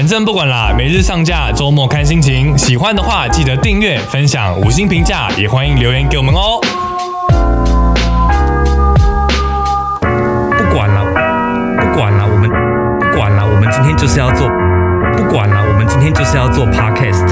正不管啦，每日上架，周末看心情。喜欢的话记得订阅、分享、5星评价，也欢迎留言给我们哦。 不管了，我们今天就是要做。不管了，我们今天就是要做 podcast。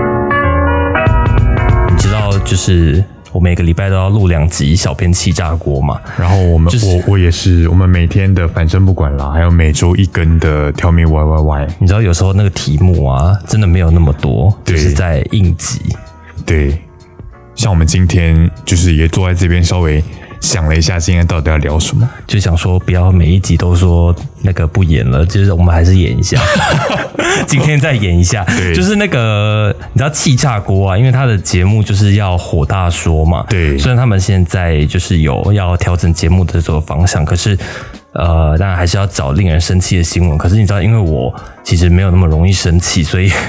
你知道，就是我每个礼拜都要录2集小编气炸锅嘛。 然后我也是，我们每天的反正不管啦，还有每周1更的 Tell Me Why Why Why。 你知道有时候那个题目啊，真的没有那么多，就是在应急。 对，像我们今天就是也坐在这边稍微想了一下，今天到底要聊什么， 就想说不要每一集都说那个不演了，就是我们还是演一下。今天再演一下，就是那个你知道气炸锅啊，因为他的节目就是要火大说嘛。 对， 虽然他们现在就是有要调整节目的这个方向，可是当然还是要找令人生气的新闻。可是你知道，因为我其实没有那么容易生气，所以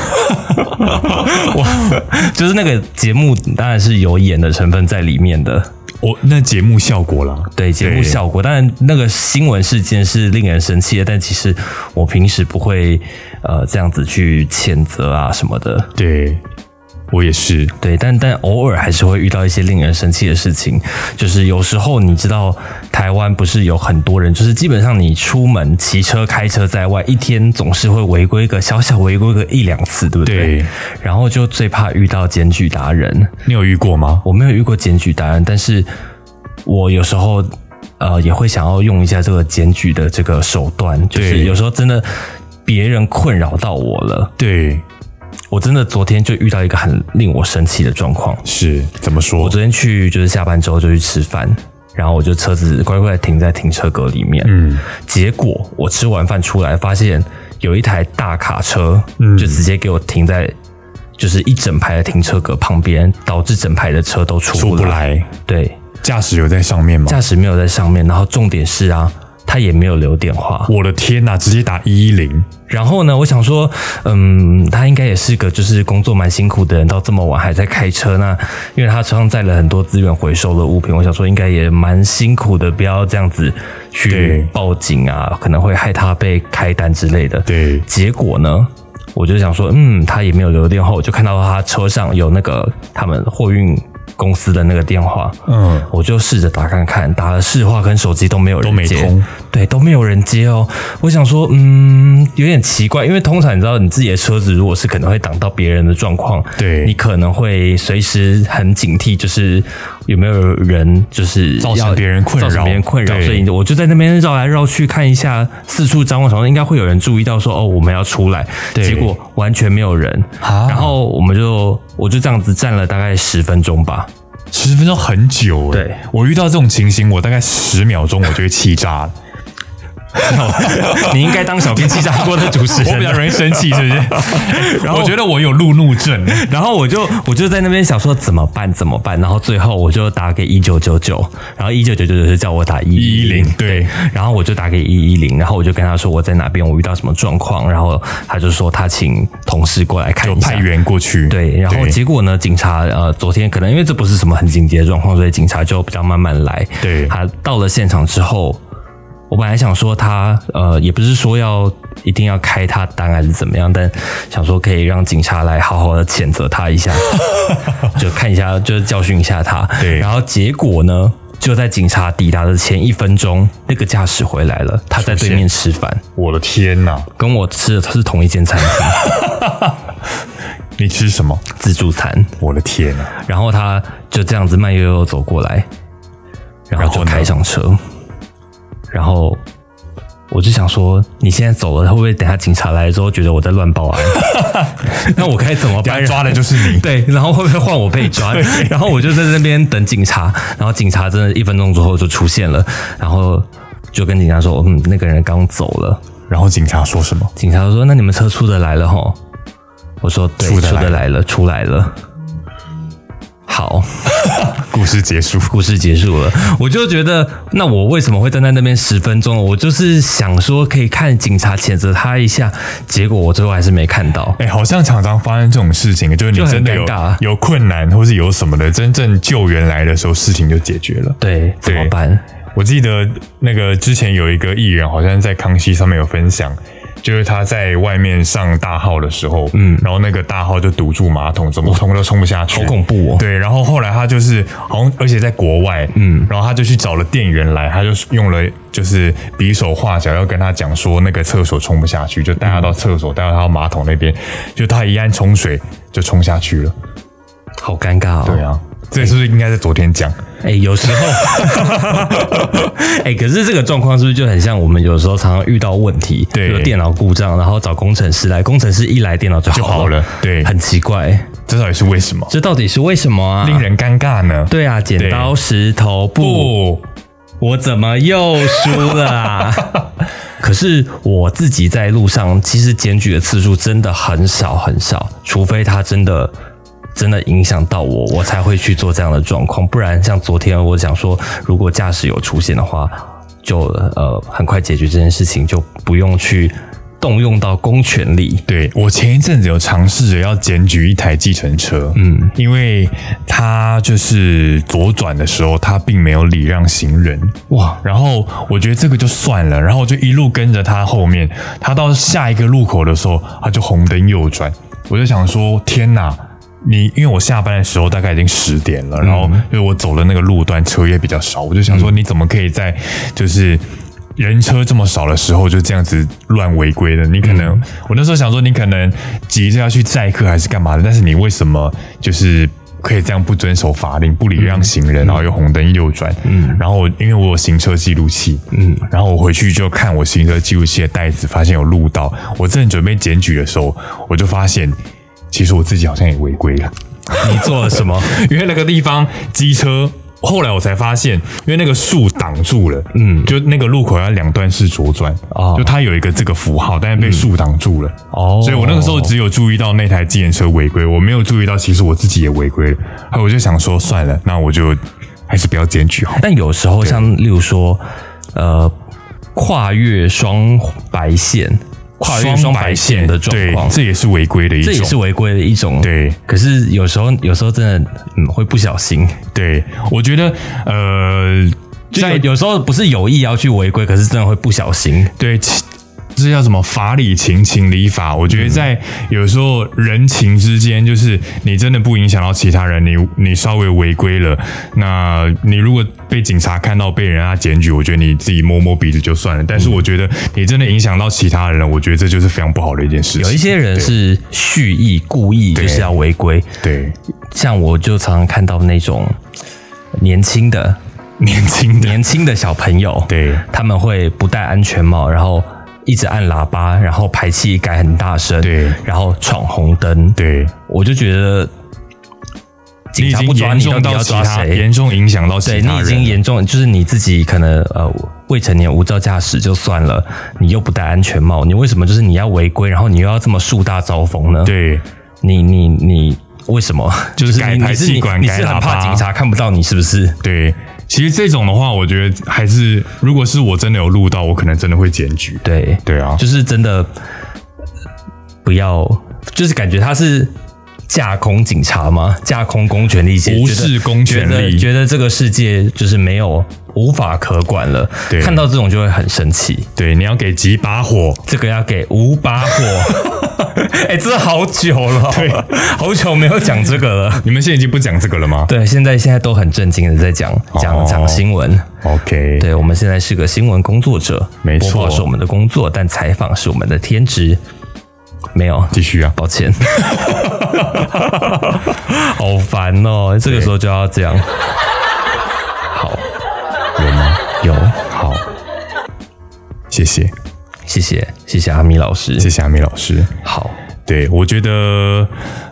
就是那个节目当然是有演的成分在里面的。 那节目效果啦， 对，节目效果，当然那个新闻事件是令人生气的，但其实我平时不会这样子去谴责啊什么的。 对，我也是。 对，但偶尔还是会遇到一些令人生气的事情，就是有时候你知道台湾不是有很多人，就是基本上你出门骑车开车在外，一天总是会违规小违规个1-2次，对不对？ 对。 然后就最怕遇到检举达人。 你有遇过吗？ 我没有遇过检举达人，但是我有时候也会想要用一下这个检举的这个手段，就是有时候真的别人困扰到我了。 对。 我真的昨天就遇到一个很令我生气的状况。 是怎么说？ 我昨天就是下班之后就去吃饭，然后我就车子乖乖停在停车格里面。结果我吃完饭出来，发现有一台大卡车，就直接给我停在就是一整排的停车格旁边，导致整排的车都出不来。对， 驾驶有在上面吗？ 驾驶没有在上面，然后重点是啊，他也没有留电话。 我的天哪，直接打110。 然后呢，我想说，他应该也是个就是工作蛮辛苦的人，到这么晚还在开车。那因为他车上载了很多资源回收的物品，我想说应该也蛮辛苦的，不要这样子去报警啊，可能会害他被开单之类的。 对， 结果呢，我就想说，他也没有留电话，我就看到他车上有那个他们货运公司的那个电话，我就试着打看看，打了市话跟手机都没有人接， 都没通， 对，都没有人接哦。我想说，有点奇怪，因为通常你知道，你自己的车子如果是可能会挡到别人的状况， 对， 你可能会随时很警惕，就是有没有人就是造成别人困扰， 所以我就在那边绕来绕去看一下，四处张望，想说应该会有人注意到说，我们要出来，结果完全没有人。然后我就这样子站了大概10分钟吧。 10分钟很久。 对，我遇到这种情形，我大概10秒钟我就会气炸了。 你应该当小编气炸锅的主持人， 我比较容易生气，是不是？然后我觉得我有路怒症， 然后我就在那边想说怎么办，然后最后我就打给1999，然后1999就是叫我打110， 对， 然后我就打给110，然后我就跟他说我在哪边，我遇到什么状况，然后他就说他请同事过来看一下， 就派员过去， 对，然后结果呢，警察昨天可能因为这不是什么很紧急的状况，所以警察就比较慢慢来， 对， 他到了现场之后。我本来想说他也不是说一定要开他单还是怎么样，但想说可以让警察来好好的谴责他一下，就看一下，就是教训一下他。 对， 然后结果呢，就在警察抵达的前1分钟，那个驾驶回来了，他在对面吃饭。 我的天哪， 跟我吃的是同一间餐厅。 你吃什么？ 自助餐。 我的天哪！ 然后他就这样子慢悠悠走过来，然后就开上车。然后我就想说，你现在走了，会不会等下警察来之后觉得我在乱报案？那我该怎么办？ 抓的就是你。 对，然后会不会换我被抓？然后我就在那边等警察，然后警察真的1分钟之后就出现了，然后就跟警察说，那个人刚走了。 然后警察说什么？ 警察说，那你们车出得来了齁？我说对，出得来了，出来了。好， 故事结束了。我就觉得，那我为什么会站在那边10分钟？我就是想说可以看警察谴责他一下，结果我最后还是没看到。 好像常常发生这种事情，就是你真的有困难或是有什么的，真正救援来的时候，事情就解决了。 对，怎么办？ 我记得那个之前有一个艺人，好像在康熙上面有分享， 就是他在外面上大号的时候，然后那个大号就堵住马桶，怎么冲都冲不下去， 好恐怖哦。 对，然后后来他就是好像，而且在国外，然后他就去找了店员来，他就用了就是比手画脚要跟他讲说那个厕所冲不下去，就带他到厕所，带到他马桶那边，就他一按冲水就冲下去了， 好尴尬哦。 对啊。这是不是应该在昨天讲？ 有时候，可是这个状况是不是就很像我们有时候常常遇到问题， 对， 有电脑故障，然后找工程师来，工程师一来电脑就好了， 对， 很奇怪， 这到底是为什么？ 这到底是为什么啊？ 令人尴尬呢？ 对啊，剪刀石头布，我怎么又输了啊？可是我自己在路上，其实检举的次数真的很少很少，除非他真的影响到我才会去做这样的状况，不然像昨天我讲说，如果驾驶有出现的话，就很快解决这件事情，就不用去动用到公权力。 对，我前一阵子有尝试着要检举一台计程车，因为他就是左转的时候，他并没有礼让行人，哇！然后我觉得这个就算了，然后我就一路跟着他后面，他到下一个路口的时候，他就红灯右转，我就想说，天哪！因为我下班的时候大概已经10点了，然后因为我走的那个路段车也比较少，我就想说你怎么可以在就是人车这么少的时候就这样子乱违规的？你可能我那时候想说你可能急着要去载客还是干嘛的，但是你为什么就是可以这样不遵守法令，不礼让行人，然后又红灯右转？然后因为我有行车记录器，然后我回去就看我行车记录器的袋子，发现有录到，我正准备检举的时候，我就发现。其实我自己好像也违规了。 你做了什么？ 因为那个地方机车，后来我才发现，因为那个树挡住了，就那个路口要2段式左转，就它有一个这个符号，但是被树挡住了，所以我那个时候只有注意到那台计程车违规，我没有注意到其实我自己也违规了，然后我就想说算了，那我就还是不要检举好。 但有时候像例如说，跨越双白线。跨越双白线的状况， 这也是违规的一种，对。 可是有时候真的会不小心。 对，我觉得就有时候不是有意要去违规，可是真的会不小心。 对。这叫什么法理情，情理法？我觉得在有时候人情之间，就是你真的不影响到其他人，你稍微违规了，那你如果被警察看到被人家检举，我觉得你自己摸摸鼻子就算了。但是我觉得你真的影响到其他人，我觉得这就是非常不好的一件事情。 有一些人是蓄意故意就是要违规， 对， 像我就常常看到那种年轻的小朋友， 对， 他们会不戴安全帽，然后一直按喇叭，然后排气改很大声， 对， 然后闯红灯， 对， 我就觉得警察不抓你，到底要抓谁？ 严重影响到其他人， 对，你已经严重，就是你自己可能未成年无照驾驶就算了，你又不戴安全帽，你为什么就是你要违规，然后你又要这么树大招风呢？ 对， 你为什么？ 就是改排气管， 你是很怕警察看不到你是不是？ 对。其实这种的话，我觉得还是，如果是我真的有录到，我可能真的会检举。 对对啊， 就是真的不要，就是感觉他是架空警察吗？架空公权力， 无视公权力， 觉得这个世界就是无法可管了。 对， 看到这种就会很生气。 对，你要给几把火， 这个要给5把火。这好久了， 对， 好久没有讲这个了。 你们现在已经不讲这个了吗？ 对，现在都很正经的在讲新闻。 OK， 对，我们现在是个新闻工作者， 没错， 播报是我们的工作，但采访是我们的天职。没有， 继续啊， 抱歉。好烦哦，这个时候就要这样。好， 有吗？ 有， 好，谢谢阿咪老师， 谢谢阿咪老师。 好， 对，我觉得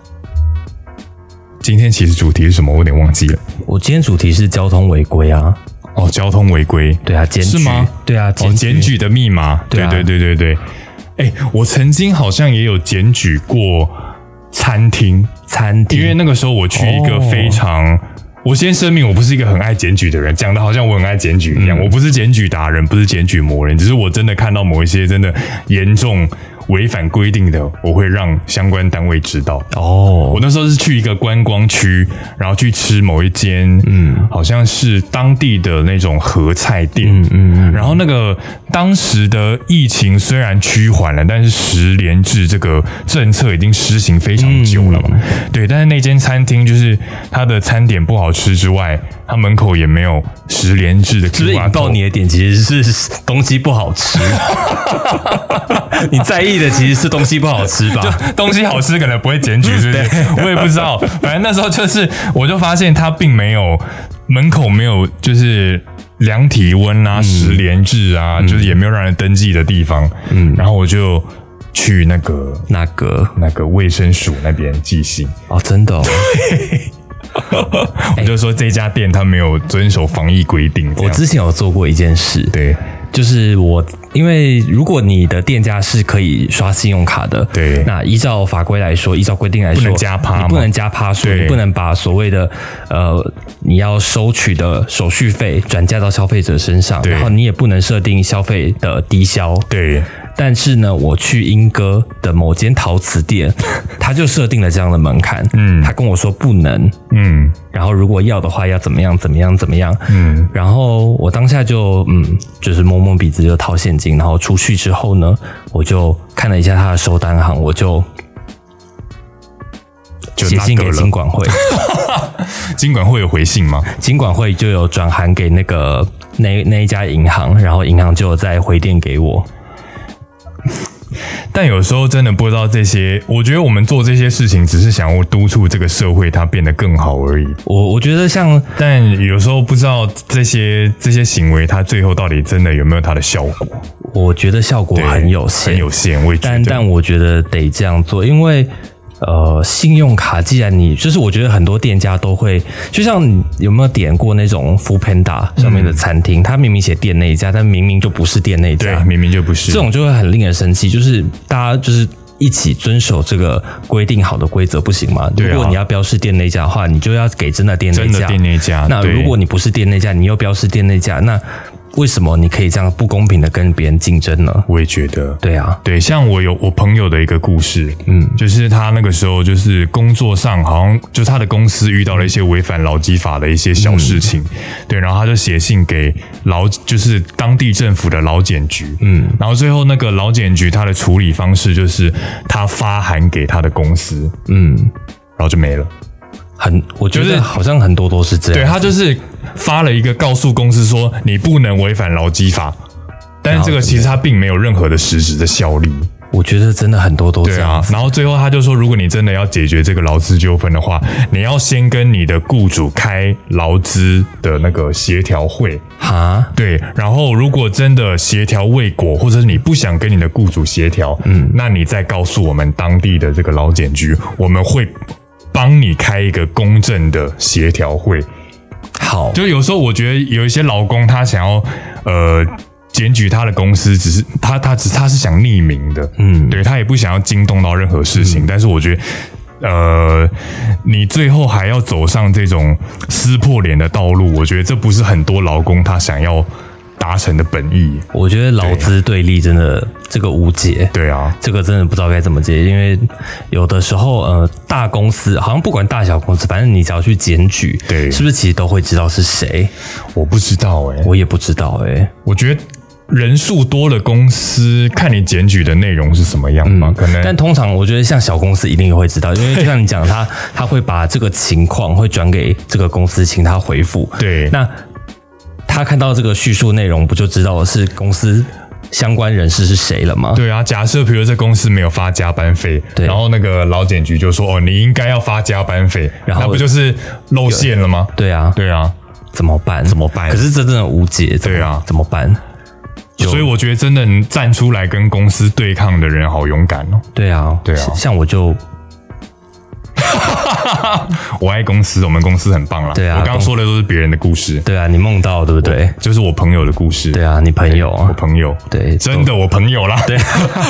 今天其实主题是什么，我有点忘记了。 我今天主题是交通违规啊。 哦，交通违规， 对啊，检举是吗？ 对啊， 检举的密码，对对对对对。我曾经好像也有检举过餐厅，因为那个时候我去一个非常，我先声明，我不是一个很爱检举的人，讲的好像我很爱检举一样，我不是检举达人，不是检举魔人，只是我真的看到某一些真的严重， 违反规定的，我会让相关单位知道。 哦， 我那时候是去一个观光区，然后去吃某一间，好像是当地的那种合菜店，然后那个当时的疫情虽然趋缓了，但是10连制这个政策已经施行非常久了嘛，对，但是那间餐厅就是它的餐点不好吃之外，它门口也没有10连制的 QR code。 是不是引爆你的点其实是东西不好吃？你在意的其实是东西不好吃吧？ 就东西好吃可能不会检举，是不是？我也不知道，反正那时候就是我就发现它并没有门口没有就是量体温啊、10连制啊，就是也没有让人登记的地方。然后我就去那个卫生署那边寄信。 哦，真的哦。 我就说这家店他没有遵守防疫规定。 我之前有做过一件事， 对， 就是因为如果你的店家是可以刷信用卡的， 对， 那依照法规来说，依照规定来说， 不能加趴， 你不能加趴数，你不能把所谓的你要收取的手续费转嫁到消费者身上，然后你也不能设定消费的低消， 对。 但是呢，我去莺歌的某间陶瓷店，他就设定了这样的门槛。他跟我说不能。然后如果要的话，要怎么样？然后我当下就是摸摸鼻子就掏现金，然后出去之后呢，我就看了一下他的收单行，我就写信给金管会。 金管会有回信吗？ 金管会就有转函给那一家银行，然后银行就有再回电给我。 但有时候真的不知道这些，我觉得我们做这些事情只是想要督促这个社会它变得更好而已。我觉得但有时候不知道这些行为它最后到底真的有没有它的效果。 我觉得效果很有限， 我也觉得。 但我觉得得这样做，因为信用卡，既然就是我觉得很多店家都会，就像你有没有点过那种 Foodpanda 上面的餐厅，它明明写店内价，但明明就不是店内价， 对，明明就不是， 这种就会很令人生气。就是大家就是一起遵守这个规定好的规则不行吗？如果你要标示店内价的话，你就要给真的店内价。 真的店内价。 那如果你不是店内价，你又标示店内价，那为什么你可以这样不公平的跟别人竞争呢？ 我也觉得， 对啊， 对，像我朋友的一个故事，就是他那个时候就是工作上好像就他的公司遇到了一些违反劳基法的一些小事情，对，然后他就写信给就是当地政府的劳检局，然后最后那个劳检局他的处理方式就是他发函给他的公司，然后就没了。 我觉得好像很多都是这样。 对，他就是发了一个告诉公司说你不能违反劳基法，但是这个其实他并没有任何的实质的效力。 我觉得真的很多都这样。 对啊，然后最后他就说，如果你真的要解决这个劳资纠纷的话，你要先跟你的雇主开劳资的那个协调会。 哈， 对，然后如果真的协调未果，或者是你不想跟你的雇主协调，那你再告诉我们当地的这个劳检局，我们会帮你开一个公正的协调会。 好， 就有时候我觉得有一些劳工他想要检举他的公司，只是他是想匿名的，对，他也不想要惊动到任何事情，但是我觉得你最后还要走上这种撕破脸的道路，我觉得这不是很多劳工他想要达成的本意。 我觉得劳资对立真的这个无解。 对啊， 这个真的不知道该怎么解，因为有的时候大公司好像不管大小公司，反正你只要去检举， 对， 是不是其实都会知道是谁？ 我不知道我也不知道我觉得人数多的公司，看你检举的内容是什么样嘛，可能。 但通常我觉得像小公司一定也会知道，因为就像你讲，他会把这个情况会转给这个公司，请他回复。 对， 那他看到这个叙述内容，不就知道是公司相关人士是谁了吗？ 对啊，假设比如这公司没有发加班费，然后那个劳检局就说你应该要发加班费，然后那不就是露馅了吗？ 对啊， 对啊， 怎么办？可是这真的无解， 对啊， 怎么办？ 所以我觉得真的能站出来跟公司对抗的人好勇敢哦。 对啊，像我就我爱公司，我们公司很棒啦。 对啊， 我刚刚说的都是别人的故事。 对啊，你梦到对不对？ 就是我朋友的故事。 对啊，你朋友啊， 我朋友。 对， 真的我朋友啦。 对。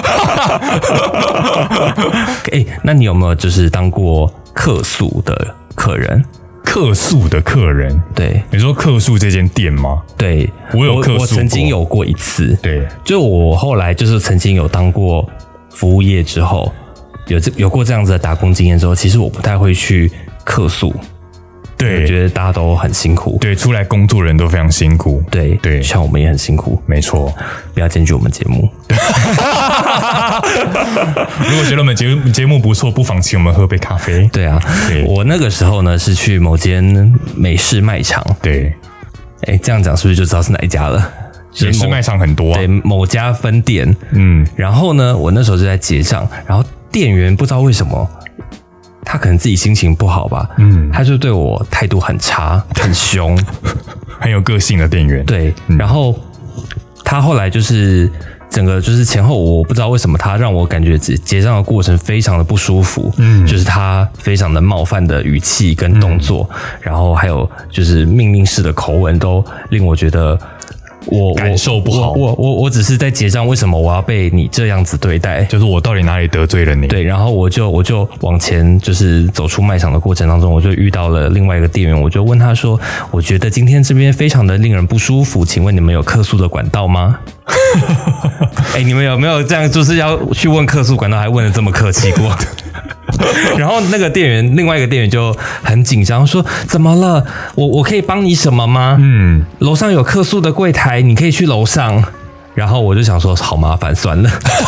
那你有没有就是当过客诉的客人？ 客诉的客人， 对， 你说客诉这间店吗？ 对， 我有客诉过， 我曾经有过一次。 对， 就我后来就是曾经有当过服务业之后，有过这样子的打工经验之后，其实我不太会去客诉。 对， 我觉得大家都很辛苦。 对，出来工作人都非常辛苦。 对对， 像我们也很辛苦。 没错， 不要检举我们节目。 如果觉得我们节目不错，不妨请我们喝杯咖啡。 对啊， 对， 我那个时候呢是去某间美式卖场。 对， 这样讲是不是就知道是哪一家了？ 美式卖场很多啊。 对，某家分店。然后呢，我那时候就在结账，然后店员不知道为什么。他可能自己心情不好吧，他就对我态度很差，很凶， 很有个性的店员。 对，然后他后来就是整个就是前后，我不知道为什么他让我感觉结账的过程非常的不舒服，就是他非常的冒犯的语气跟动作，然后还有就是命令式的口吻，都令我觉得。我感受不好， 我只是在结账，为什么我要被你这样子对待？ 就是我到底哪里得罪了你？ 对，然后我就往前，就是走出卖场的过程当中，我就遇到了另外一个店员，我就问他说：“我觉得今天这边非常的令人不舒服，请问你们有客诉的管道吗？”你们有没有这样，就是要去问客诉管道，还问得这么客气过？然后那个店员，另外一个店员就很紧张，说：“怎么了？我可以帮你什么吗？楼上有客诉的柜台，你可以去楼上。”然后我就想说，好麻烦，算了。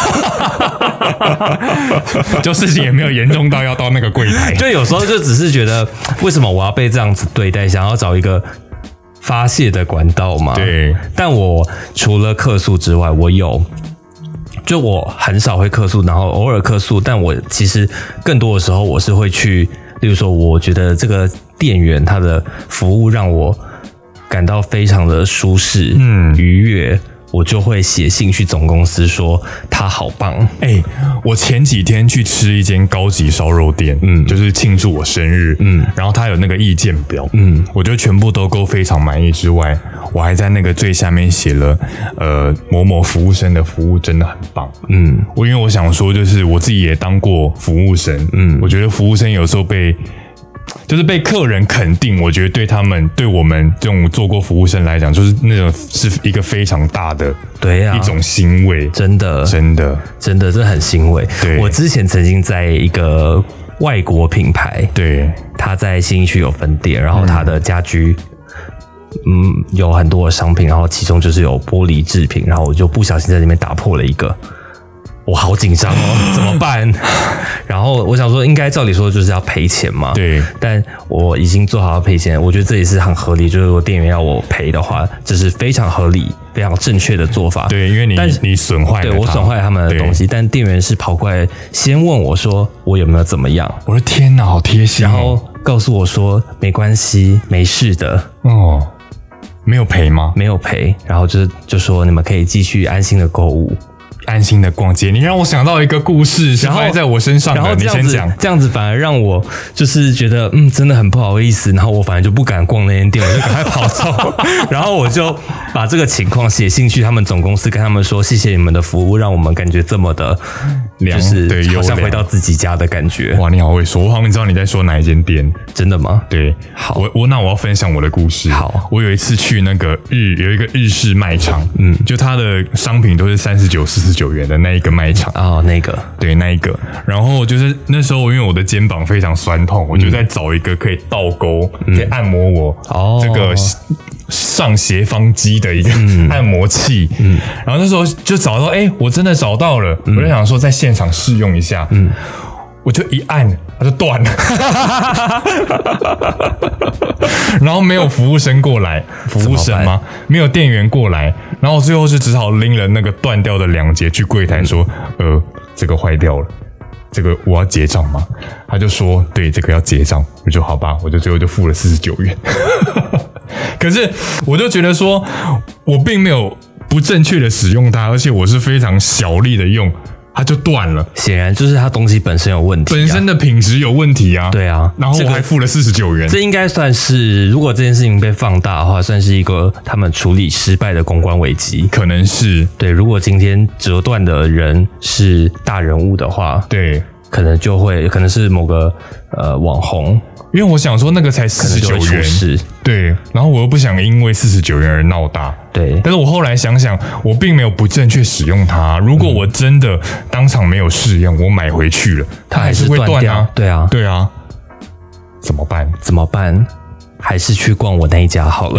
就事情也没有严重到要到那个柜台， 就有时候就只是觉得，为什么我要被这样子对待？想要找一个发泄的管道嘛。 对， 但我除了客诉之外，就我很少会客诉，然后偶尔客诉，但我其实更多的时候我是会去，例如说，我觉得这个店员他的服务让我感到非常的舒适、愉悦，我就会写信去总公司说他好棒。 我前几天去吃一间高级烧肉店，就是庆祝我生日，然后他有那个意见表，我就全部都勾非常满意之外，我还在那个最下面写了，某某服务生的服务真的很棒，因为我想说，就是我自己也当过服务生，我觉得服务生有时候被客人肯定，我觉得对我们这种做过服务生来讲，就是那种是一个非常大的一种欣慰， 真的这很欣慰。我之前曾经在一个外国品牌， 对， 他在信义区有分店，然后他的家居。有很多的商品，然后其中就是有玻璃制品，然后我就不小心在那边打破了一个，我好紧张哦，怎么办？然后我想说，应该照理说就是要赔钱嘛， 对， 但我已经做好要赔钱，我觉得这也是很合理，就是如果店员要我赔的话，这是非常合理、非常正确的做法。 对，因为你损坏了， 对我损坏了他们的东西，但店员是跑过来先问我说我有没有怎么样？ 我的天哪，好贴心！ 然后告诉我说没关系，没事的。 没有赔吗？ 没有赔，然后就说你们可以继续安心的购物。 安心的逛街，你让我想到一个故事，是发生在我身上的。 然后你先讲， 这样子反而让我就是觉得，真的很不好意思。然后我反而就不敢逛那间店，我就赶快跑走。然后我就把这个情况写信去他们总公司，跟他们说，谢谢你们的服务，让我们感觉这么的，就是好像回到自己家的感觉。 哇，你好会说，我好像知道你在说哪一间店， 真的吗？ 对，好，那我要分享我的故事。 好， 我有一次去那个有一个日式卖场，就它的商品都是39、49元的那一个卖场那个对那一个，然后就是那时候因为我的肩膀非常酸痛，我就在找一个可以倒钩、可以按摩我这个上斜方肌的一个按摩器，然后那时候就找到，我真的找到了，我就想说在现场试用一下，我就一按它就断了，然后没有服务生过来，服务生吗？没有店员过来，然后最后是只好拎了那个断掉的2节去柜台说，这个坏掉了，这个我要结账吗？他就说对，这个要结账，我就好吧，我就最后就付了49元。可是我就觉得说，我并没有不正确的使用它，而且我是非常小力的用。它就断了， 显然就是它东西本身有问题， 本身的品质有问题啊。 对啊， 然后我还付了49元， 这应该算是，如果这件事情被放大的话，算是一个他们处理失败的公关危机， 可能是。 对，如果今天折断的人是大人物的话， 对， 可能是某个网红。 因为我想说那个才49元，对，然后我又不想因为49元而闹大， 对。 但是我后来想想，我并没有不正确使用它。如果我真的当场没有试用，我买回去了，它还是会断啊， 对啊， 对啊，怎么办？ 怎么办？还是去逛我那一家好了。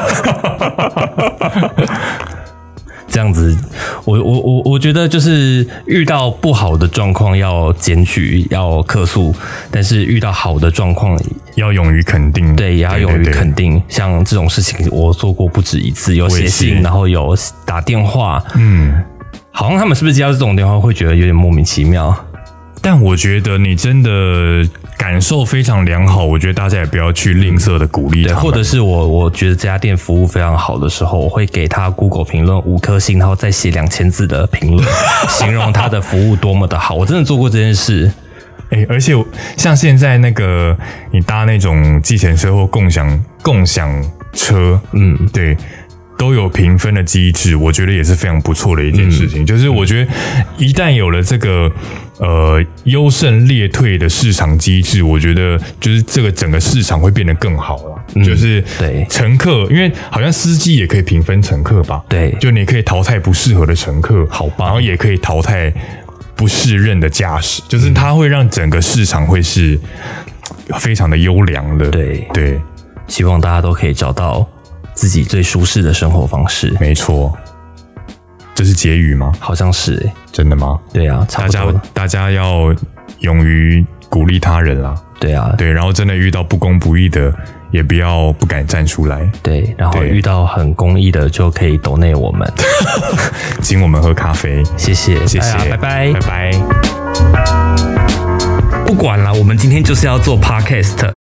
这样子，我觉得就是遇到不好的状况要检举，要客诉，但是遇到好的状况要勇于肯定， 对，也要勇于肯定。像这种事情，我做过不止一次，有写信，然后有打电话，好像他们是不是接到这种电话会觉得有点莫名其妙？ 但我觉得你真的感受非常良好，我觉得大家也不要去吝啬的鼓励他们。 或者是我觉得这家店服务非常好的时候，我会给他 Google 评论5颗星，然后再写2000字的评论，形容他的服务多么的好。我真的做过这件事。 而且像现在那个你搭那种计程车或共享车，对。都有评分的机制，我觉得也是非常不错的一件事情。就是我觉得一旦有了这个优胜劣退的市场机制，我觉得就是这个整个市场会变得更好了。就是对乘客，因为好像司机也可以评分乘客吧？ 对， 就你可以淘汰不适合的乘客， 好棒， 然后也可以淘汰不适任的驾驶，就是它会让整个市场会是非常的优良的。对， 希望大家都可以找到自己最舒适的生活方式。 没错，这是结语吗？ 好像是真的吗？ 对啊，差不多。 大家要勇于鼓励他人啦。 对啊， 对，然后真的遇到不公不义的，也不敢站出来。 对，然后遇到很公益的，就可以抖内我们， 请我们喝咖啡。 谢谢，拜拜， 拜拜。 不管啦，我们今天就是要做 podcast。